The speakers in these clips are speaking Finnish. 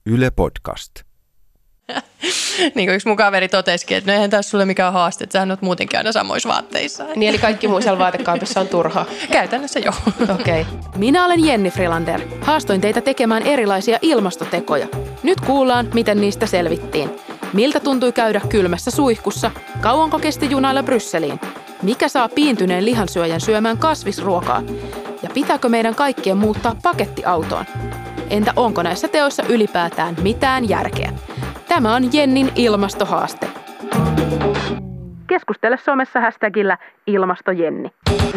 Yle Podcast. Niin kuin yksi mun kaveri totesikin, että no eihän tässä sulle mikään haaste, että sähän oot muutenkin aina samoissa vaatteissa. Niin eli kaikki muu siellä vaatekaapissa on turhaa? Käytännössä joo. Okei. Minä olen Jenni Frilander. Haastoin teitä tekemään erilaisia ilmastotekoja. Nyt kuullaan, miten niistä selvittiin. Miltä tuntui käydä kylmässä suihkussa? Kauanko kesti junailla Brysseliin? Mikä saa piintyneen lihansyöjän syömään kasvisruokaa? Ja pitääkö meidän kaikkien muuttaa pakettiautoon? Entä onko näissä teoissa ylipäätään mitään järkeä? Tämä on Jennin ilmastohaaste. Keskustele somessa hashtagillä ilmastojenni.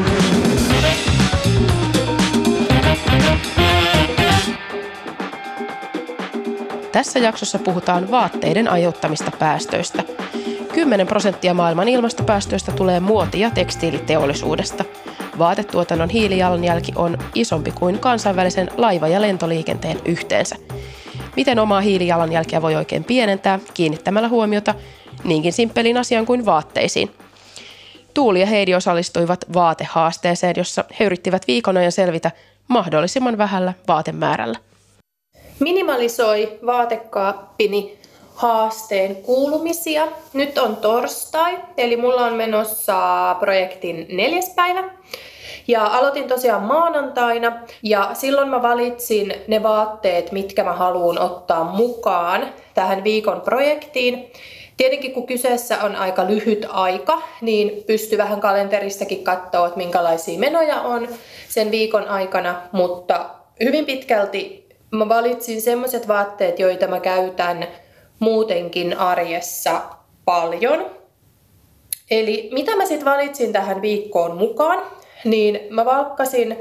Tässä jaksossa puhutaan vaatteiden aiheuttamista päästöistä. 10% maailman ilmastopäästöistä tulee muoti- ja tekstiiliteollisuudesta. Vaatetuotannon hiilijalanjälki on isompi kuin kansainvälisen laiva- ja lentoliikenteen yhteensä. Miten omaa hiilijalanjälkeä voi oikein pienentää kiinnittämällä huomiota niinkin simppeliin asiaan kuin vaatteisiin? Tuuli ja Heidi osallistuivat vaatehaasteeseen, jossa he yrittivät viikon ajan selvitä mahdollisimman vähällä vaatemäärällä. Minimalisoi vaatekaappini haasteen kuulumisia. Nyt on torstai, eli mulla on menossa projektin 4. päivä. Ja aloitin tosiaan maanantaina ja silloin mä valitsin ne vaatteet, mitkä mä haluan ottaa mukaan tähän viikon projektiin. Tietenkin kun kyseessä on aika lyhyt aika, niin pystyy vähän kalenteristakin katsoa, että minkälaisia menoja on sen viikon aikana, mutta hyvin pitkälti mä valitsin semmoiset vaatteet, joita mä käytän muutenkin arjessa paljon. Eli mitä mä sitten valitsin tähän viikkoon mukaan, niin mä valkkasin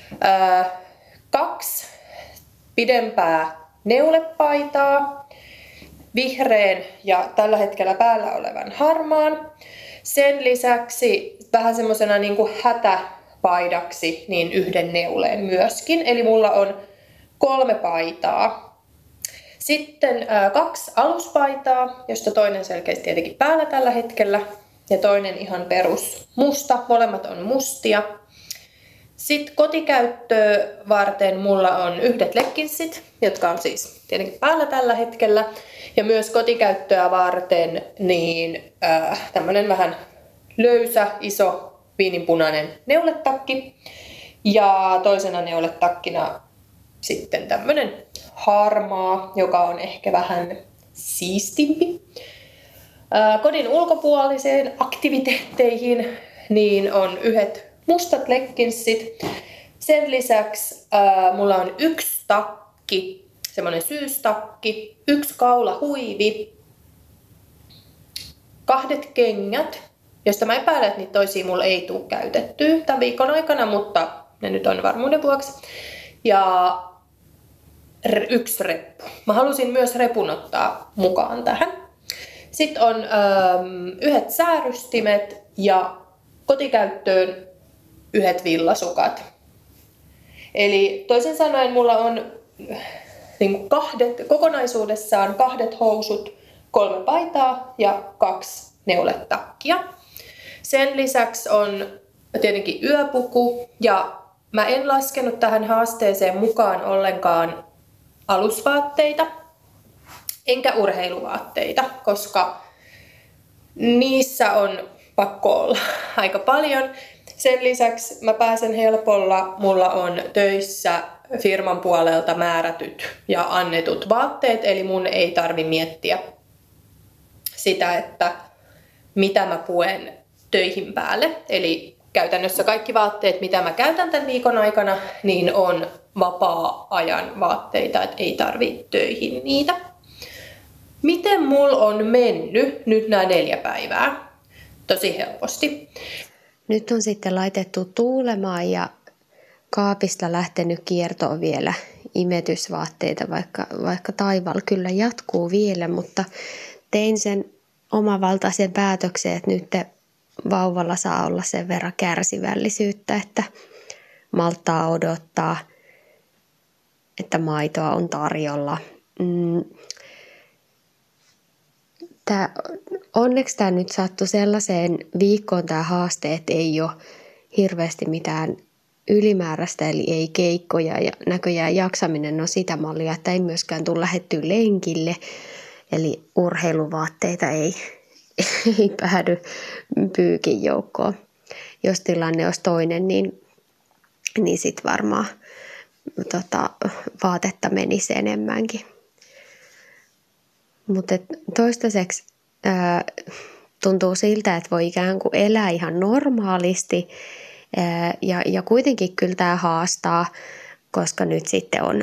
2 pidempää neulepaitaa, vihreän ja tällä hetkellä päällä olevan harmaan. Sen lisäksi vähän semmosena niin kuin hätäpaidaksi niin 1 neuleen myöskin, eli mulla on 3 paitaa. Sitten 2 aluspaitaa, josta toinen selkeästi tietenkin päällä tällä hetkellä ja toinen ihan perus musta. Molemmat on mustia. Sitten kotikäyttöä varten mulla on 1 legginssit, jotka on siis tietenkin päällä tällä hetkellä. Ja myös kotikäyttöä varten niin tämmönen vähän löysä, iso, viininpunainen neuletakki. Ja toisena neuletakkina sitten tämmönen harmaa, joka on ehkä vähän siistimpi. Kodin ulkopuoliseen aktiviteetteihin niin on 1 mustat legginssit. Sen lisäksi mulla on 1 takki, semmonen syystakki, 1 kaulahuivi, 2 kengät, josta mä epäilen, että niitä toisia mulla ei tule käytettyä tämän viikon aikana, mutta ne nyt on varmuuden vuoksi. Ja 1 reppu. Mä halusin myös repun ottaa mukaan tähän. Sitten on 1 säärystimet ja kotikäyttöön 1 villasukat. Eli toisin sanoen mulla on niin kokonaisuudessaan 2 housut, 3 paitaa ja 2 neuletakkia. Sen lisäksi on tietenkin yöpuku ja mä en laskenut tähän haasteeseen mukaan ollenkaan alusvaatteita enkä urheiluvaatteita, koska niissä on pakko olla aika paljon. Sen lisäksi mä pääsen helpolla, mulla on töissä firman puolelta määrätyt ja annetut vaatteet, eli mun ei tarvi miettiä sitä, että mitä mä puen töihin päälle. Eli käytännössä kaikki vaatteet, mitä mä käytän tämän viikon aikana, niin on vapaa-ajan vaatteita, että ei tarvitse töihin niitä. Miten mulla on mennyt nyt nämä 4 päivää? Tosi helposti. Nyt on sitten laitettu tuulemaan ja kaapista lähtenyt kiertoon vielä imetysvaatteita, vaikka taivaalla kyllä jatkuu vielä, mutta tein sen omavaltaisen päätöksen, että nyt vauvalla saa olla sen verran kärsivällisyyttä, että malttaa odottaa, että maitoa on tarjolla. Onneksi tämä nyt sattui sellaiseen viikkoon tämä haaste, että ei ole hirveästi mitään ylimääräistä, eli ei keikkoja ja näköjään jaksaminen on sitä mallia, että ei myöskään tule lähdettyä lenkille, eli urheiluvaatteita ei päädy pyykin joukkoon. Jos tilanne olisi toinen, niin sitten varmaan vaatetta menisi enemmänkin. Mutta toistaiseksi tuntuu siltä, että voi ikään kuin elää ihan normaalisti ja kuitenkin kyllä tämä haastaa, koska nyt sitten on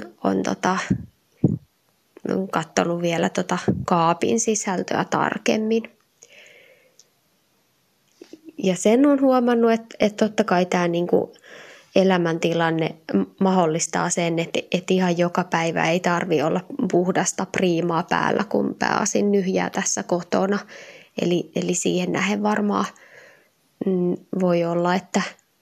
katsonut vielä kaapin sisältöä tarkemmin. Ja sen on huomannut, että totta kai tämä niinku elämäntilanne mahdollistaa sen, että ihan joka päivä ei tarvitse olla puhdasta priimaa päällä, kun pääasin nyhjää tässä kotona. Eli siihen nähden varmaan voi olla, että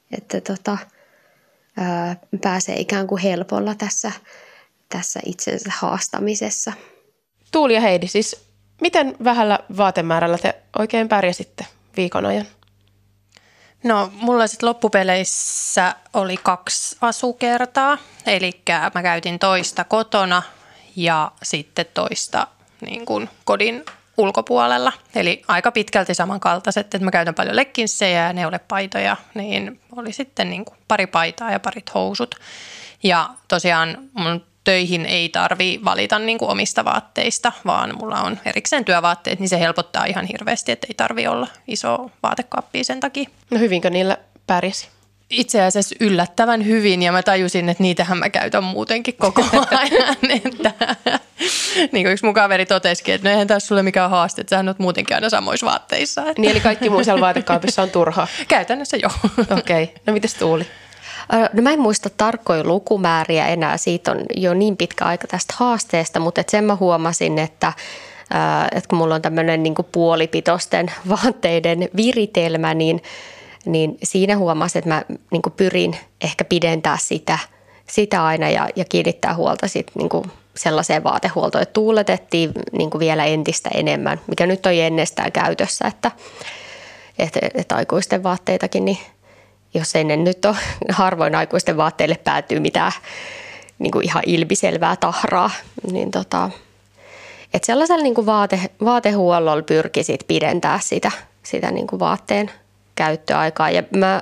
pääsee ikään kuin helpolla tässä itsensä haastamisessa. Tuuli ja Heidi, siis miten vähällä vaatemäärällä te oikein pärjäsitte viikon ajan? No mulla sitten loppupeleissä oli 2 asukertaa, eli mä käytin toista kotona ja sitten toista niin kuin kodin ulkopuolella. Eli aika pitkälti samankaltaiset, että mä käytän paljon legginsejä ja neulepaitoja, niin oli sitten niin kuin pari paitaa ja parit housut. Ja tosiaan mun töihin ei tarvitse valita niin kuin omista vaatteista, vaan mulla on erikseen työvaatteet, niin se helpottaa ihan hirveästi, että ei tarvitse olla iso vaatekaappia sen takia. No hyvinkö niillä pärjäsi? Itse asiassa yllättävän hyvin ja mä tajusin, että niitähän mä käytän muutenkin koko ajan. Että, niin kuin yksi mun kaveri totesikin, että no eihän tässä sulle mikään haaste, että sähän oot muutenkin aina samoissa vaatteissa. Että. Niin eli kaikki muu siellä vaatekaapissa on turhaa? Käytännössä joo. Okei. No mites Tuuli? No mä en muista tarkkoja lukumääriä enää, siitä on jo niin pitkä aika tästä haasteesta, mutta sen mä huomasin, että kun mulla on tämmöinen niin kuin puolipitoisten vaatteiden viritelmä, niin siinä huomasin, että mä niin kuin pyrin ehkä pidentää sitä aina ja kiinnittää huolta sit niin kuin sellaiseen vaatehuoltoon, että tuuletettiin niin kuin vielä entistä enemmän, mikä nyt on ennestään käytössä, että aikuisten vaatteitakin, niin jos ennen nyt on harvoin aikuisten vaatteille päätyy mitään niin kuin ihan ilmiselvää tahraa, niin että sellaisella niin kuin vaatehuollolla pyrki sit pidentää sitä niin kuin vaatteen käyttöaikaa. Ja mä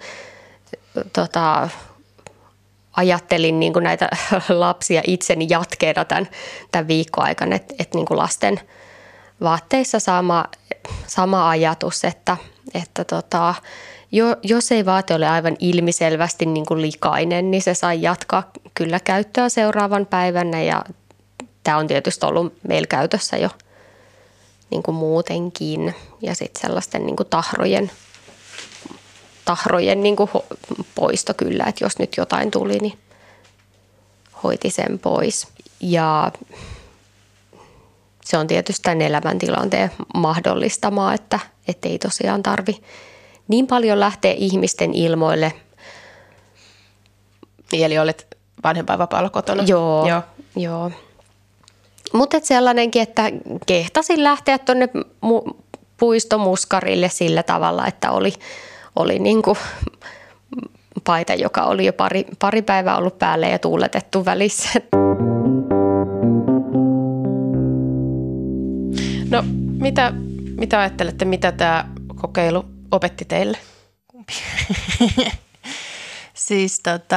ajattelin niin kuin näitä lapsia itseni jatkeena tämän viikon aikana, että niin kuin lasten vaatteissa sama ajatus, että jos ei vaate ole aivan ilmiselvästi niin kuin likainen, niin se sai jatkaa kyllä käyttöä seuraavan päivänä ja tämä on tietysti ollut meillä käytössä jo niin kuin muutenkin ja sitten sellaisten niin kuin tahrojen niin kuin poisto kyllä, että jos nyt jotain tuli, niin hoiti sen pois. Ja se on tietysti tämän elämäntilanteen mahdollistamaa, että ei tosiaan tarvi niin paljon lähteä ihmisten ilmoille. Eli olet vanhempainvapaalla kotona? Joo. Mutta sellainenkin, että kehtasin lähteä tuonne puistomuskarille sillä tavalla, että oli niinku paita, joka oli jo pari päivää ollut päälle ja tuuletettu välissä. No mitä ajattelette, mitä tämä kokeilu opetti teille? Siis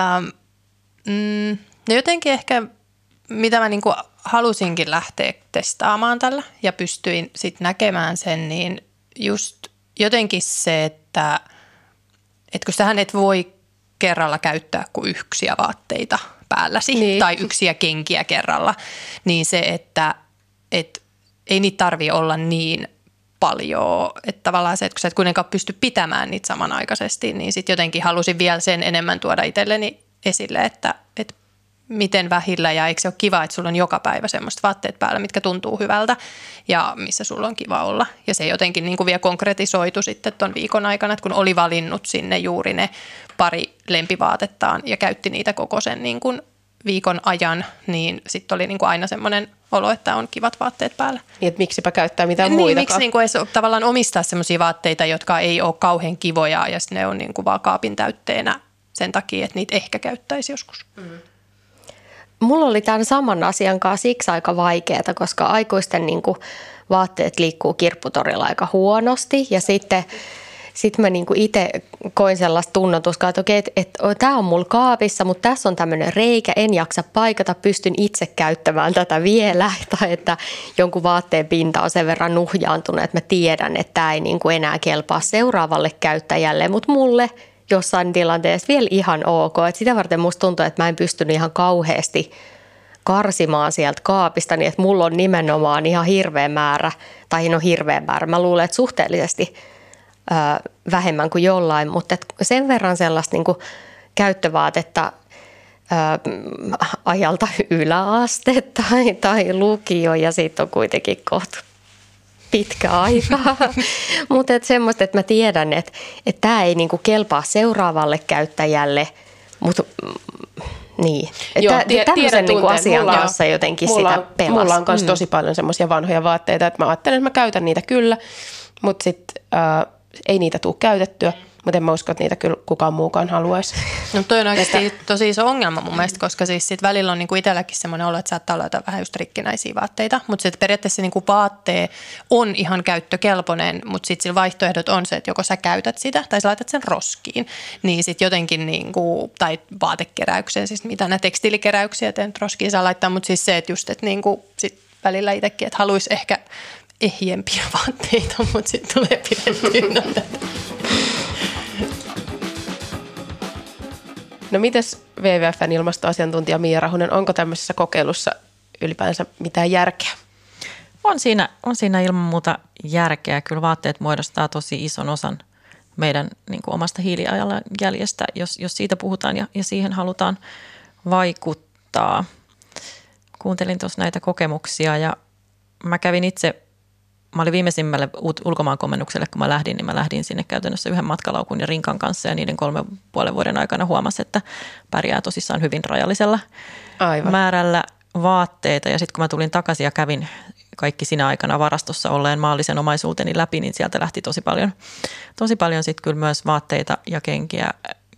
no jotenkin ehkä mitä mä niinku halusinkin lähteä testaamaan tällä ja pystyin sitten näkemään sen, niin just jotenkin se, että kun sähän et voi kerralla käyttää kuin yksiä vaatteita päälläsi tai yksiä kenkiä kerralla, niin se, että ei niitä tarvitse olla niin paljon, että tavallaan se, että kun sä et kuitenkaan pysty pitämään niitä samanaikaisesti, niin sitten jotenkin halusin vielä sen enemmän tuoda itselleni esille, että miten vähillä ja eikö se ole kiva, että sulla on joka päivä semmoista vaatteet päällä, mitkä tuntuu hyvältä ja missä sulla on kiva olla. Ja se jotenkin niin kuin vielä konkretisoitu sitten ton viikon aikana, että kun oli valinnut sinne juuri ne pari lempivaatettaan ja käytti niitä koko sen niin kuin viikon ajan, niin sitten oli niin kuin aina semmoinen olo, että on kivat vaatteet päällä. Niin, että miksipä käyttää mitään muitakaan. Miksi niin kuin edes tavallaan omistaa semmoisia vaatteita, jotka ei ole kauhean kivoja ja sitten ne on niin kuin vaan kaapin täytteenä sen takia, että niitä ehkä käyttäisi joskus. Mulla oli tämän saman asian kanssa siksi aika vaikeaa, koska aikuisten niin kuin vaatteet liikkuu kirpputorilla aika huonosti ja sitten mä niin kuin itse koin sellaista tunnotuskaa, että okei, että tämä on mulla kaapissa, mutta tässä on tämmöinen reikä, en jaksa paikata, pystyn itse käyttämään tätä vielä. Tai että jonkun vaatteen pinta on sen verran nuhjaantunut, että mä tiedän, että tämä ei niin kuin enää kelpaa seuraavalle käyttäjälle, mutta mulle jossain tilanteessa vielä ihan ok. Että sitä varten musta tuntuu, että mä en pystynyt ihan kauheasti karsimaan sieltä kaapista, niin että mulla on nimenomaan ihan hirveä määrä, mä luulen, että suhteellisesti vähemmän kuin jollain, mutta sen verran sellaista niin kuin käyttövaatetta ajalta yläaste tai lukio ja siitä on kuitenkin kohta pitkä aika. Mutta semmoista, että mä tiedän, että tämä ei niin kuin kelpaa seuraavalle käyttäjälle, mutta niin. Tämmöisen niin asian kanssa jotenkin sitä pelasi. Mulla on myös tosi paljon semmoisia vanhoja vaatteita, että mä ajattelen, että mä käytän niitä kyllä, mutta sitten ei niitä tule käytettyä, mutta en mä usko, että niitä kyllä kukaan muukaan haluaisi. No toi on oikeasti tosi iso ongelma mun mielestä, koska siis sit välillä on niinku itselläkin semmoinen olo, että saattaa olla jotain vähän just rikkinäisiä vaatteita, mutta sitten periaatteessa niinku vaattee on ihan käyttökelpoinen, mutta sitten sillä vaihtoehdot on se, että joko sä käytät sitä tai sä laitat sen roskiin, niin sitten jotenkin niinku, tai vaatekeräykseen, siis mitä nämä tekstiilikeräyksiä, että nyt roskiin saa laittaa, mutta siis se, että just, että niinku sit välillä itsekin, että haluaisi ehkä ehjempiä vaatteita, mutta sitten tulee pidettyä noita. No mites WWF:n ilmastoasiantuntija Mia Rahunen, onko tämmöisessä kokeilussa ylipäänsä mitään järkeä? On siinä ilman muuta järkeä. Kyllä vaatteet muodostaa tosi ison osan meidän niin kuin omasta hiilijalanjäljestä, jos siitä puhutaan ja siihen halutaan vaikuttaa. Kuuntelin tuossa näitä kokemuksia ja mä olin viimeisimmälle ulkomaankomennukselle, kun mä lähdin sinne käytännössä yhden matkalaukun ja rinkan kanssa ja niiden 3,5 vuoden aikana huomasin, että pärjää tosissaan hyvin rajallisella määrällä vaatteita. Ja sitten kun mä tulin takaisin ja kävin kaikki sinä aikana varastossa olleen maallisen omaisuuteni läpi, niin sieltä lähti tosi paljon sitten kyllä myös vaatteita ja kenkiä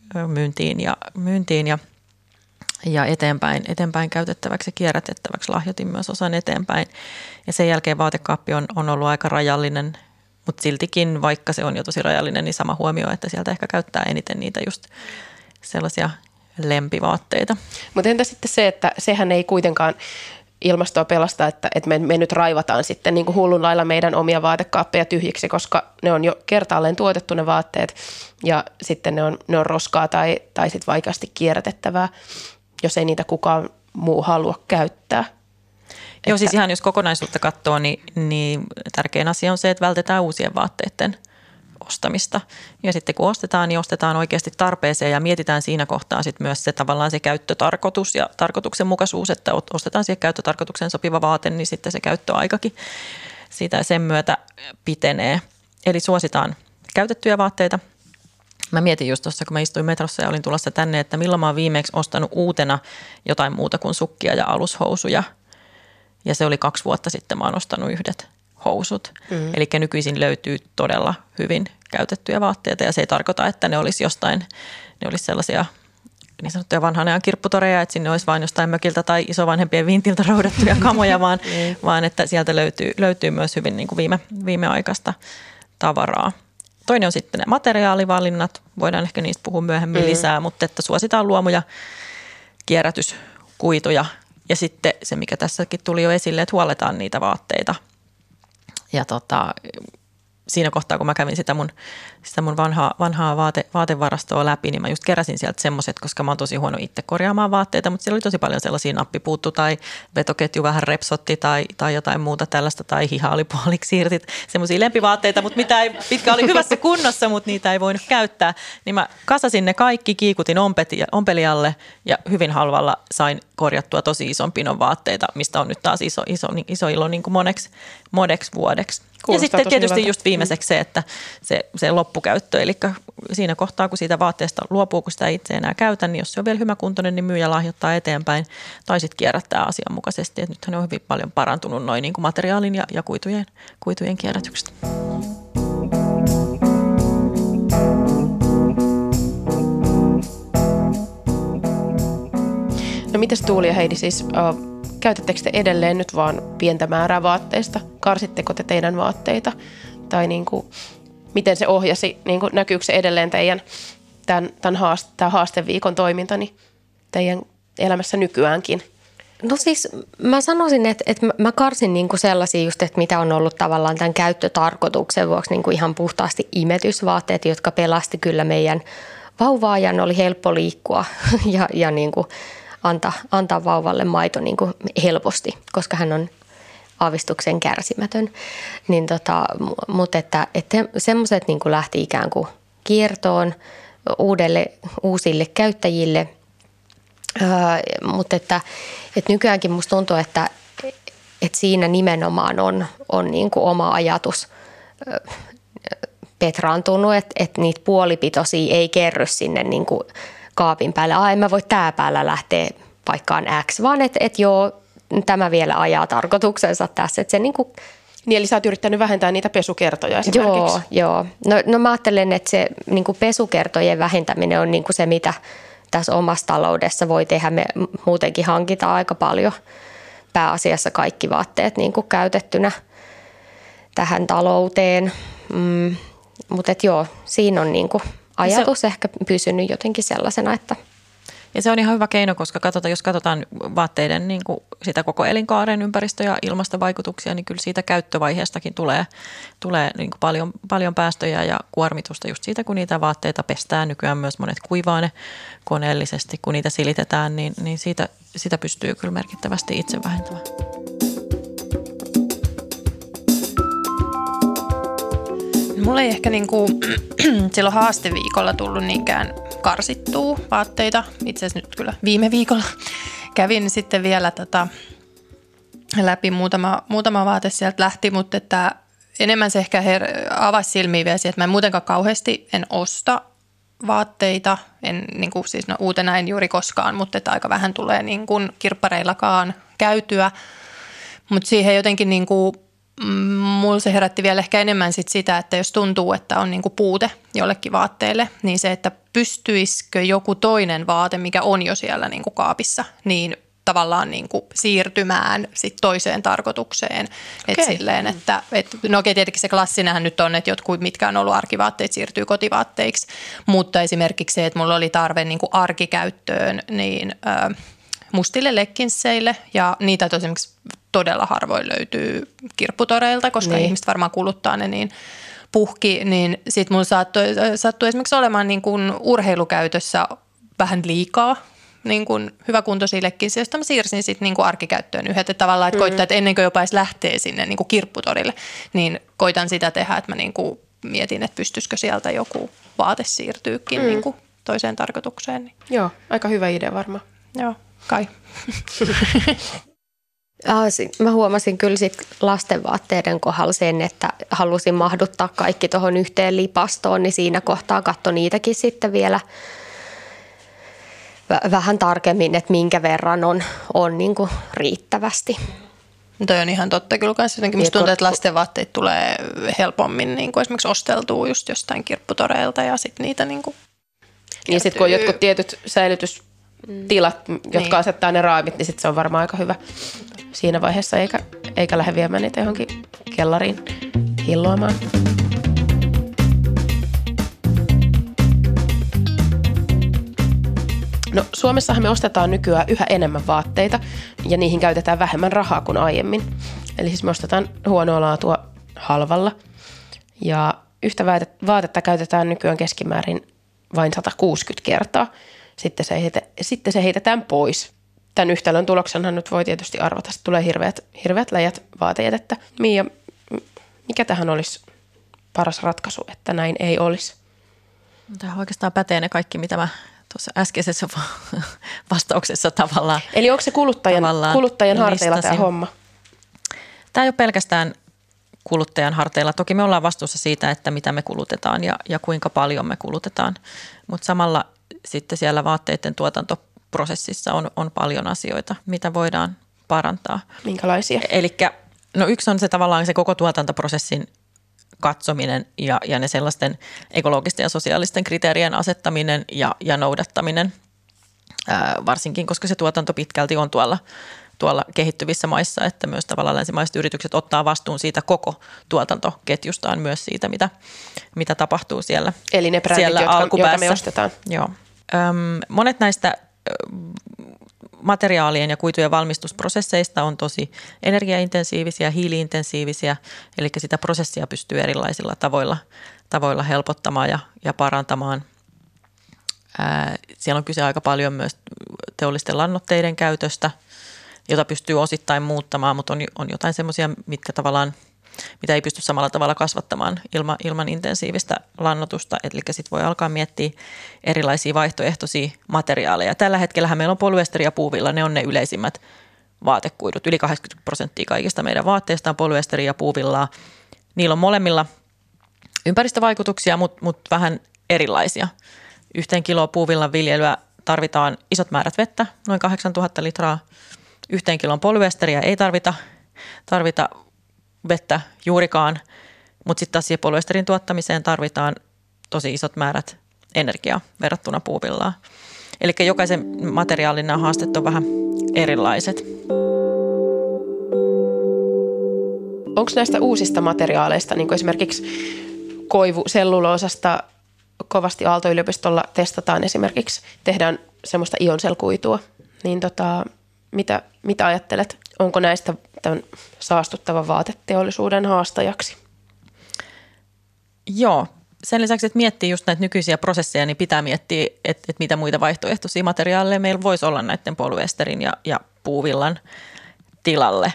myyntiin ja eteenpäin käytettäväksi ja kierrätettäväksi lahjoitin myös osan eteenpäin. Ja sen jälkeen vaatekaappi on ollut aika rajallinen, mutta siltikin, vaikka se on jo tosi rajallinen, niin sama huomio, että sieltä ehkä käyttää eniten niitä just sellaisia lempivaatteita. Mutta entä sitten se, että sehän ei kuitenkaan ilmastoa pelasta, että me nyt raivataan sitten niin kuin hullun lailla meidän omia vaatekaappeja tyhjiksi, koska ne on jo kertaalleen tuotettu ne vaatteet ja sitten ne on roskaa tai sitten vaikeasti kierrätettävää, jos ei niitä kukaan muu halua käyttää. Joo, siis ihan jos kokonaisuutta katsoo, niin tärkein asia on se, että vältetään uusien vaatteiden ostamista. Ja sitten kun ostetaan, niin ostetaan oikeasti tarpeeseen ja mietitään siinä kohtaa sitten myös se tavallaan se käyttötarkoitus ja tarkoituksenmukaisuus, että ostetaan siihen käyttötarkoitukseen sopiva vaate, niin sitten se käyttöaikakin siitä sen myötä pitenee. Eli suositaan käytettyjä vaatteita. Mä mietin just tuossa, kun mä istuin metrossa ja olin tulossa tänne, että milloin mä oon viimeksi ostanut uutena jotain muuta kuin sukkia ja alushousuja. Ja se oli 2 vuotta sitten, mä oon ostanut yhdet housut. Eli nykyisin löytyy todella hyvin käytettyjä vaatteita ja se ei tarkoita, että ne olisi sellaisia niin sanottuja vanhan ajan kirpputoreja, että sinne olisi vain jostain mökiltä tai isovanhempien vintiltä roudattuja kamoja, vaan että sieltä löytyy myös hyvin niin kuin viimeaikaista tavaraa. Toinen on sitten ne materiaalivalinnat, voidaan ehkä niistä puhua myöhemmin lisää, mutta että suositaan luomuja, kierrätyskuituja ja sitten se, mikä tässäkin tuli jo esille, että huolletaan niitä vaatteita. Ja siinä kohtaa, kun mä kävin sitä mun vanhaa vaatevarastoa läpi, niin mä just keräsin sieltä semmoiset, koska mä oon tosi huono itse korjaamaan vaatteita, mutta siellä oli tosi paljon sellaisia nappipuuttu tai vetoketju vähän repsotti tai jotain muuta tällaista tai hiha oli puoliksi irtit, semmoisia lempivaatteita, mitkä oli hyvässä kunnossa, mutta niitä ei voinut käyttää. Niin mä kasasin ne kaikki, kiikutin ompelijalle ja hyvin halvalla sain korjattua tosi ison pinon vaatteita, mistä on nyt taas iso ilo niin kuin moneksi vuodeksi. Ja sitten tietysti hyvältä. Just viimeiseksi se, että se loppukäyttö, eli siinä kohtaa, kun siitä vaatteesta luopuu, kun sitä itse enää käytä, niin jos se on vielä hyväkuntoinen, niin myyjä lahjoittaa eteenpäin tai sitten kierrättää asianmukaisesti. Et nythän ne on hyvin paljon parantunut noin niin kuin materiaalin ja kuitujen kierrätykset. No mites Tuuli ja Heidi, siis käytättekö te edelleen nyt vaan pientä määrää vaatteista? Karsitteko te teidän vaatteita? Tai niin kuin, miten se ohjasi, niin kuin, näkyykö se edelleen teidän tämän haasteviikon toiminta niin teidän elämässä nykyäänkin? No siis mä sanoisin, että mä karsin niinku sellaisia just, että mitä on ollut tavallaan tämän käyttötarkoituksen vuoksi niinku ihan puhtaasti imetysvaatteet, jotka pelasti kyllä meidän vauvaajan, oli helppo liikkua ja niinku antaa vauvalle maito niinku helposti, koska hän on aavistuksen kärsimätön. Niin mutta että semmoiset niinku lähti ikään kuin kiertoon uusille käyttäjille. Mutta että nykyäänkin musta tuntuu, että siinä nimenomaan on niin kuin oma ajatus petraantunut, että niitä puolipitoisia ei kerry sinne niin kuin kaapin päälle. En mä voi tää päällä lähteä paikkaan X, vaan että joo, tämä vielä ajaa tarkoituksensa tässä. Että se niin kuin niin, eli sä oot yrittänyt vähentää niitä pesukertoja esimerkiksi. Joo. No mä ajattelen, että se niin kuin pesukertojen vähentäminen on niin kuin se, mitä tässä omassa taloudessa voi tehdä. Me muutenkin hankitaan aika paljon pääasiassa kaikki vaatteet niin kuin käytettynä tähän talouteen. Mutta joo, siinä on niin kuin ajatus ehkä pysynyt jotenkin sellaisena, että... Ja se on ihan hyvä keino, koska jos katsotaan vaatteiden niin kuin sitä koko elinkaaren ympäristö- ja ilmastovaikutuksia, niin kyllä siitä käyttövaiheestakin tulee niin kuin paljon päästöjä ja kuormitusta just siitä, kun niitä vaatteita pestään. Nykyään myös monet kuivaa ne koneellisesti, kun niitä silitetään, niin siitä pystyy kyllä merkittävästi itse vähentämään. Mulla ei ehkä niinku silloin haasteviikolla tullut niinkään karsittua vaatteita. Itse asiassa nyt kyllä viime viikolla kävin sitten vielä läpi muutama vaate sieltä lähti, mutta että enemmän se ehkä avasi silmiä vielä siihen, että mä en muutenkaan kauheasti en osta vaatteita. En niinku siis uutena en juuri koskaan, mutta että aika vähän tulee niinku kirppareillakaan käytyä. Mutta siihen jotenkin niinku mulla se herätti vielä ehkä enemmän sitä, että jos tuntuu, että on niinku puute jollekin vaatteelle, niin se, että pystyisikö joku toinen vaate, mikä on jo siellä niinku kaapissa, niin tavallaan niinku siirtymään sit toiseen tarkoitukseen. Okay. Silleen, että no okei, tietenkin se klassinenhän nyt on, että jotkut, mitkä on ollut arkivaatteet, siirtyy kotivaatteiksi, mutta esimerkiksi se, että mulla oli tarve niinku arkikäyttöön, niin mustille legginsseille ja niitä esimerkiksi todella harvoin löytyy kirpputoreilta, koska ihmiset varmaan kuluttaa ne niin puhki, niin sitten mulla sattui esimerkiksi olemaan niin kuin urheilukäytössä vähän liikaa niin kuin hyväkuntoisia legginssejä, josta mä siirsin sitten niin kuin arkikäyttöön yhdet, että tavallaan, että koittaa, että ennen kuin jopa edes lähtee sinne niin kuin kirpputorille, niin koitan sitä tehdä, että mä niin kuin mietin, että pystyisikö sieltä joku vaate siirtyykin niin kuin toiseen tarkoitukseen. Niin. Joo, aika hyvä idea varmaan. Joo, kai. Mä huomasin kyllä sit lastenvaatteiden kohdalla sen, että halusin mahduttaa kaikki tuohon yhteen lipastoon, niin siinä kohtaa katso niitäkin sitten vielä vähän tarkemmin, että minkä verran on niin kuin riittävästi. Toi on ihan totta kyllä kanssa. Jotenkin musta tuntuu, että lastenvaatteet tulee helpommin niin kuin esimerkiksi osteltua just jostain kirpputoreilta ja sitten niitä niin kuin niin sitten kun on jotkut tietyt säilytystilat, jotka asettaa ne raamit, niin sitten se on varmaan aika hyvä siinä vaiheessa, eikä lähde viemään niitä johonkin kellariin hilloamaan. No Suomessahan me ostetaan nykyään yhä enemmän vaatteita ja niihin käytetään vähemmän rahaa kuin aiemmin. Eli siis me ostetaan huonoa laatua halvalla ja yhtä vaatetta käytetään nykyään keskimäärin vain 160 kertaa. Sitten se heitetään pois. Tämän yhtälön tuloksenhan nyt voi tietysti arvata, että tulee hirveät läjät vaatejätettä. Miia, mikä tähän olisi paras ratkaisu, että näin ei olisi? Tähän oikeastaan pätee ne kaikki, mitä mä tuossa äskeisessä vastauksessa tavallaan. Eli onko se kuluttajan harteilla tämä homma? Tämä ei ole pelkästään kuluttajan harteilla. Toki me ollaan vastuussa siitä, että mitä me kulutetaan ja kuinka paljon me kulutetaan, mutta samalla sitten siellä vaatteiden tuotantoprosessissa on paljon asioita, mitä voidaan parantaa. Minkälaisia? Elikkä no yksi on se tavallaan se koko tuotantoprosessin katsominen ja ne sellaisten ekologisten ja sosiaalisten kriteerien asettaminen ja noudattaminen. varsinkin koska se tuotanto pitkälti on tuolla kehittyvissä maissa, että myös tavallaan länsimaiset yritykset ottaa vastuun siitä koko tuotantoketjustaan myös siitä, mitä tapahtuu siellä. Eli ne brändit, joita me ostetaan. Joo. Monet näistä materiaalien ja kuitujen valmistusprosesseista on tosi energiaintensiivisiä, hiiliintensiivisiä, eli sitä prosessia pystyy erilaisilla tavoilla helpottamaan ja parantamaan. Siellä on kyse aika paljon myös teollisten lannoitteiden käytöstä, jota pystyy osittain muuttamaan, mutta on jotain semmoisia, mitä ei pysty samalla tavalla kasvattamaan ilman intensiivistä lannoitusta. Eli sitten voi alkaa miettiä erilaisia vaihtoehtoisia materiaaleja. Tällä hetkellähän meillä on polyesteri ja puuvilla, ne on ne yleisimmät vaatekuidut. Yli 80% kaikista meidän vaatteista on polyesteri ja puuvillaa. Niillä on molemmilla ympäristövaikutuksia, mutta vähän erilaisia. 1 kiloa puuvillan viljelyä tarvitaan isot määrät vettä, noin 8000 litraa. 1 kilon polyesteriä ei tarvita vettä juurikaan, mutta sitten taas siihen polyesterin tuottamiseen tarvitaan tosi isot määrät energiaa verrattuna puuvillaan. Eli jokaisen materiaalin nämä haasteet on vähän erilaiset. Onko näistä uusista materiaaleista, niin kuin esimerkiksi koivuselluloosasta kovasti Aalto-yliopistolla testataan esimerkiksi, tehdään semmoista ionselkuitua, niin mitä ajattelet? Onko näistä tämän saastuttavan vaateteollisuuden haastajaksi? Joo. Sen lisäksi, että miettii just näitä nykyisiä prosesseja, niin pitää miettiä, että mitä muita vaihtoehtoisia materiaaleja meillä voisi olla näiden polyesterin ja puuvillan tilalle.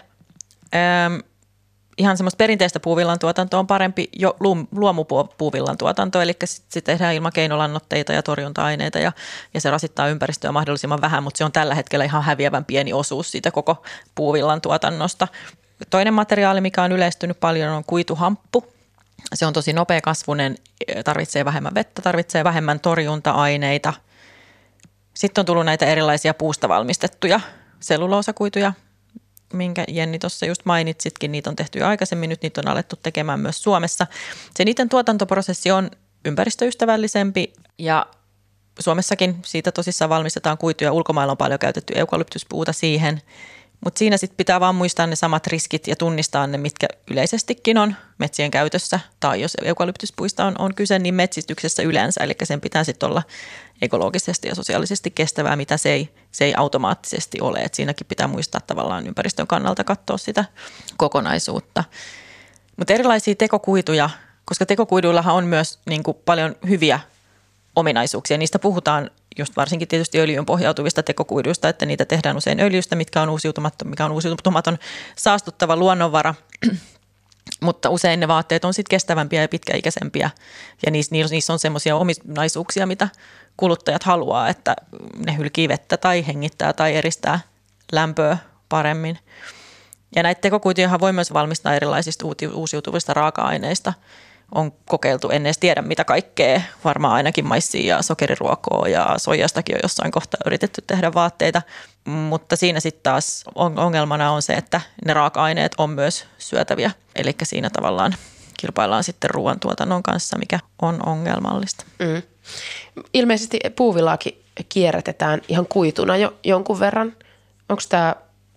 Ihan semmoista perinteistä puuvillan tuotantoa on parempi jo luomupuuvillan tuotanto, eli sitten tehdään ilman keinolannoitteita ja torjunta-aineita ja se rasittaa ympäristöä mahdollisimman vähän, mutta se on tällä hetkellä ihan häviävän pieni osuus siitä koko puuvillan tuotannosta. Toinen materiaali, mikä on yleistynyt paljon, on kuituhamppu. Se on tosi nopeakasvuinen, tarvitsee vähemmän vettä, tarvitsee vähemmän torjunta-aineita. Sitten on tullut näitä erilaisia puusta valmistettuja selluloosakuituja, minkä Jenni tuossa just mainitsitkin, niitä on tehty jo aikaisemmin, nyt niitä on alettu tekemään myös Suomessa. Se niiden tuotantoprosessi on ympäristöystävällisempi ja Suomessakin siitä tosissaan valmistetaan kuituja. Ulkomailla on paljon käytetty eukalyptuspuuta siihen, mutta siinä sitten pitää vaan muistaa ne samat riskit ja tunnistaa ne, mitkä yleisestikin on metsien käytössä. Tai jos eukalyptuspuista on kyse, niin metsistyksessä yleensä, eli sen pitää sitten olla ekologisesti ja sosiaalisesti kestävää, mitä se ei automaattisesti ole. Et siinäkin pitää muistaa tavallaan ympäristön kannalta katsoa sitä kokonaisuutta. Mutta erilaisia tekokuituja, koska tekokuiduillahan on myös niin kuin paljon hyviä ominaisuuksia. Niistä puhutaan just varsinkin tietysti öljyyn pohjautuvista tekokuiduista, että niitä tehdään usein öljystä, mikä on uusiutumaton saastuttava luonnonvara. Mutta usein ne vaatteet on sitten kestävämpiä ja pitkäikäisempiä ja niissä on semmoisia ominaisuuksia, mitä kuluttajat haluaa, että ne hylkii vettä tai hengittää tai eristää lämpöä paremmin. Ja näitä tekokuitujahan voi myös valmistaa erilaisista uusiutuvista raaka-aineista. On kokeiltu, en edes tiedä mitä kaikkea, varmaan ainakin maissia ja sokeriruokoa ja soijastakin on jossain kohtaa yritetty tehdä vaatteita. Mutta siinä sitten taas ongelmana on se, että ne raaka-aineet on myös syötäviä. Eli siinä tavallaan kilpaillaan sitten ruoantuotannon kanssa, mikä on ongelmallista. Mm. Ilmeisesti puuvillaakin kierrätetään ihan kuituna jo jonkun verran. Onko tämä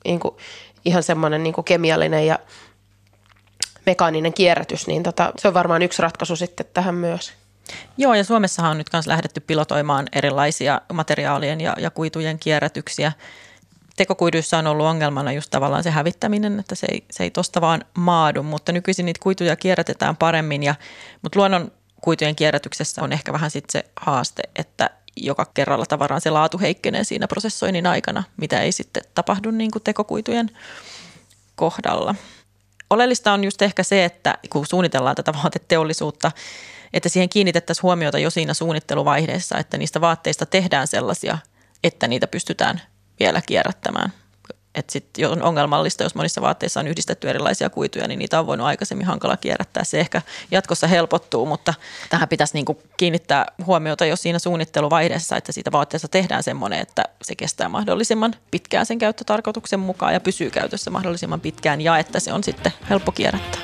ihan semmoinen kemiallinen ja mekaaninen kierrätys, niin se on varmaan yksi ratkaisu sitten tähän myös. Joo, ja Suomessahan on nyt myös lähdetty pilotoimaan erilaisia materiaalien ja kuitujen kierrätyksiä. Tekokuiduissa on ollut ongelmana just tavallaan se hävittäminen, että se ei tosta vaan maadu, mutta nykyisin niitä kuituja kierrätetään paremmin. Mutta luonnon kuitujen kierrätyksessä on ehkä vähän sitten se haaste, että joka kerralla tavaraan se laatu heikkenee siinä prosessoinnin aikana, mitä ei sitten tapahdu niin kuin tekokuitujen kohdalla. Oleellista on just ehkä se, että kun suunnitellaan tätä vaateteollisuutta, että siihen kiinnitettäisiin huomiota jo siinä suunnitteluvaiheessa, että niistä vaatteista tehdään sellaisia, että niitä pystytään vielä kierrättämään. Että sitten on ongelmallista, jos monissa vaatteissa on yhdistetty erilaisia kuituja, niin niitä on voinut aikaisemmin hankala kierrättää. Se ehkä jatkossa helpottuu, mutta tähän pitäisi niinku kiinnittää huomiota jo siinä suunnitteluvaiheessa, että siitä vaatteesta tehdään semmoinen, että se kestää mahdollisimman pitkään sen käyttötarkoituksen mukaan ja pysyy käytössä mahdollisimman pitkään ja että se on sitten helppo kierrättää.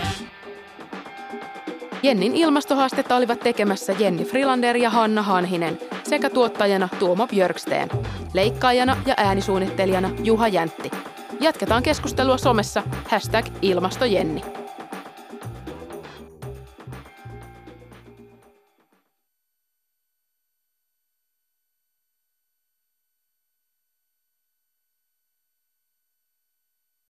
Jennin ilmastohaastetta olivat tekemässä Jenni Frilander ja Hanna Hanhinen sekä tuottajana Tuomo Björksten. Leikkaajana ja äänisuunnittelijana Juha Jäntti. Jatketaan keskustelua somessa #ilmastojenni.